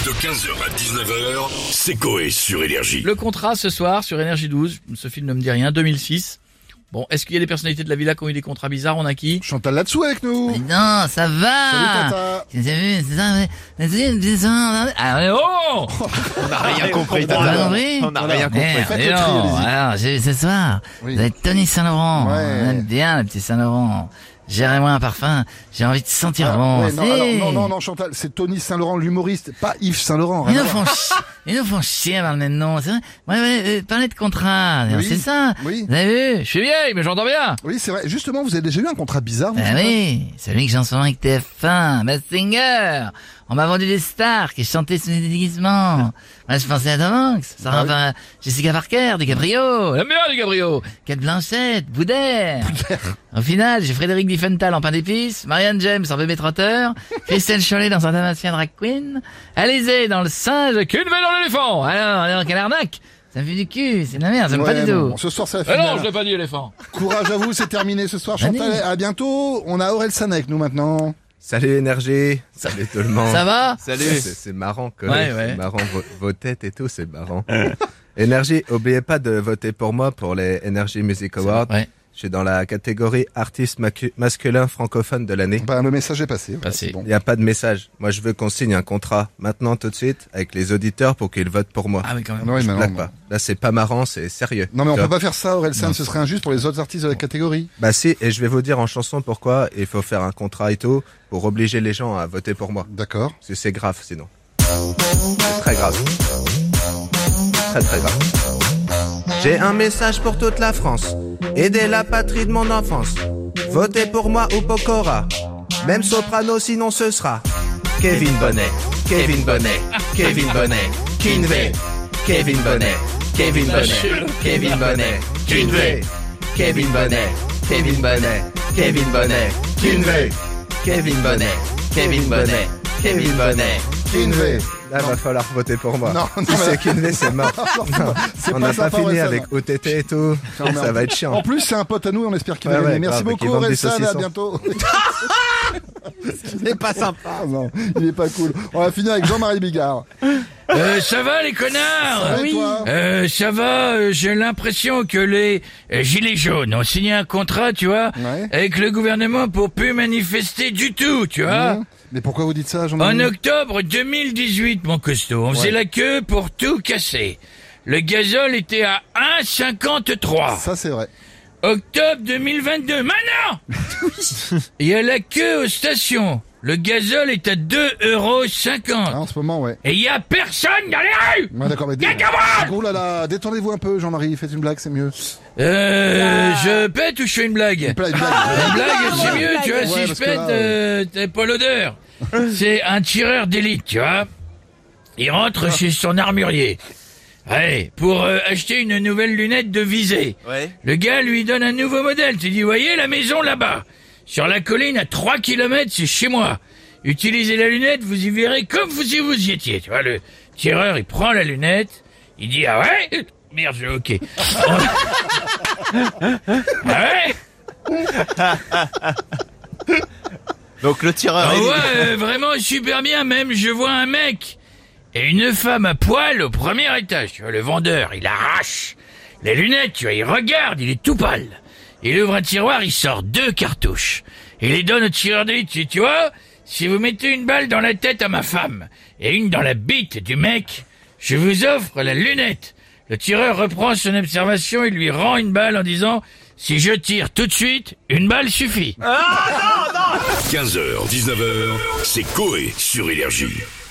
De 15h à 19h, c'est Coé sur Énergie. Le contrat ce soir sur Énergie 12, ce film ne me dit rien, 2006. Bon, est-ce qu'il y a des personnalités de la villa qui ont eu des contrats bizarres? On a qui? Chantal là-dessous avec nous. Mais non, ça va. Salut Tata. C'est ça. Ah mais oh, On n'a rien compris, On a Tata. compris. On n'a rien compris. Merde, Faites dis le tri, donc. allez-y. Alors, j'ai vu ce soir. Oui. Vous êtes Tony Saint-Laurent. Ouais. On aime bien le petit Saint-Laurent. Gérez-moi un parfum. J'ai envie de sentir bon. Ouais, non, Si. alors, non, Chantal, c'est Tony Saint-Laurent, l'humoriste, pas Yves Saint-Laurent. Ils rien nous à voir. font chier par le même nom. C'est vrai. Ouais, parlez de contrat. Oui. C'est ça. Oui. Vous avez vu? je suis vieille mais j'entends bien. Oui, c'est vrai. Justement, vous avez déjà eu un contrat bizarre, vous, Ah Chantal oui, celui que j'ai en ce moment avec TF1, Masked Singer. On m'a vendu des stars qui chantaient sous des déguisements. Moi, je pensais à Tom Hanks, Sarah Jessica Parker, DiCaprio, J'aime bien DiCaprio. Kate Blanchett, Boudère. Au final, j'ai Frédéric Diffenthal en pain d'épices, Marianne James en bébé trotteur, Christelle Chollet dans un Damasien drag queen, Alizé dans le singe, Qu'une veille dans l'éléphant. alors quelle arnaque. Ça me fait du cul, c'est de la merde, j'aime pas Ouais, du non, tout. ce soir, c'est la Mais non, finale. je l'ai pas dit éléphant. Courage à vous, c'est terminé ce soir, Allez. Chantal. À bientôt. On a Aurel San avec nous maintenant. Salut Énergie, salut tout le monde. Ça va? Salut. C'est marrant que Ouais. c'est marrant vos têtes et tout, c'est marrant. Énergie, oubliez pas de voter pour moi pour les Energy Music Awards. Ouais. Je suis dans la catégorie artiste masculin francophone de l'année. Bah, le message est passé. Passé. C'est bon. Il n'y a pas de message. Moi, je veux qu'on signe un contrat maintenant tout de suite avec les auditeurs pour qu'ils votent pour moi. Ah oui quand même. Oui, Je mais blague non, pas. Là, c'est pas marrant, c'est sérieux. non, mais on Tu peut vois. pas faire ça, Aurel San. Ce serait injuste pour les autres artistes de la catégorie. Bah si, et je vais vous dire en chanson pourquoi il faut faire un contrat et tout pour obliger les gens à voter pour moi. D'accord. Parce que c'est grave sinon. C'est très grave. Très très grave. J'ai un message pour toute la France. Aider la patrie de mon enfance. Votez pour moi ou Pokora. Même soprano sinon ce sera Kevin Bonnet, Kevin Bonnet, Kevin Bonnet, Kinvey, Kevin Bonnet, Kevin Bonnet, Kevin Bonnet, Kinvey, Kevin Bonnet, Kevin Bonnet, Kevin Bonnet, Kinvey, Kevin Bonnet, Kevin Bonnet, Kevin Bonnet, Kinvey. Là, va falloir voter pour moi. Non, Si c'est Kinvey, c'est mort. Non, c'est on pas n'a pas sympa, fini Orelsan. avec OTT et tout. Non, mais Ça va être En chiant. plus, c'est un pote à nous, on espère qu'il va Ouais, gagner. ouais, Merci grave, beaucoup, qui vend des Aurel San, à saucissons. bientôt. C'est pas sympa. Ah non, il est pas cool. On va finir avec Jean-Marie Bigard. Ça va les connards? Et toi Ça va, j'ai l'impression que les gilets jaunes ont signé un contrat, tu vois, Ouais. avec le gouvernement pour plus manifester du tout, tu vois. Mais pourquoi vous dites ça, En Jean-Marie? octobre 2018, mon costaud, on faisait la queue pour tout casser. Le gazole était à 1,53. Ça, c'est vrai. Octobre 2022, maintenant il y a la queue aux stations. Le gazole est à 2,50 Ah, en ce moment, ouais. Et il y a personne dans les rues. Ouais, d'accord, mais oh là là, détendez-vous un peu, Jean-Marie. Faites une blague, c'est mieux. Je pète ou je fais une blague? Une blague. Une blague, c'est mieux, tu vois, Ouais, si parce je que pète, là, t'as pas l'odeur. C'est un tireur d'élite, tu vois. Il rentre chez son armurier. Ouais, pour acheter une nouvelle lunette de visée. Ouais. Le gars lui donne un nouveau modèle. Tu dis, voyez la maison là-bas. Sur la colline à 3 kilomètres, c'est chez moi. Utilisez la lunette, vous y verrez comme si vous y étiez. Tu vois, le tireur, il prend la lunette, il dit, ah ouais? Merde, j'ai ok. Ah ouais? Donc le tireur. Ah il- ouais, vraiment super bien. Même, je vois un mec et une femme à poil au premier étage. Tu vois, le vendeur, il arrache les lunettes, tu vois, il regarde, il est tout pâle. Il ouvre un tiroir, il sort 2 cartouches. Il les donne au tireur d'élite. Tu vois, si vous mettez une balle dans la tête à ma femme et une dans la bite du mec, je vous offre la lunette. Le tireur reprend son observation et lui rend une balle en disant, si je tire tout de suite, une balle suffit. 15h, 19h, c'est Coé sur Énergie.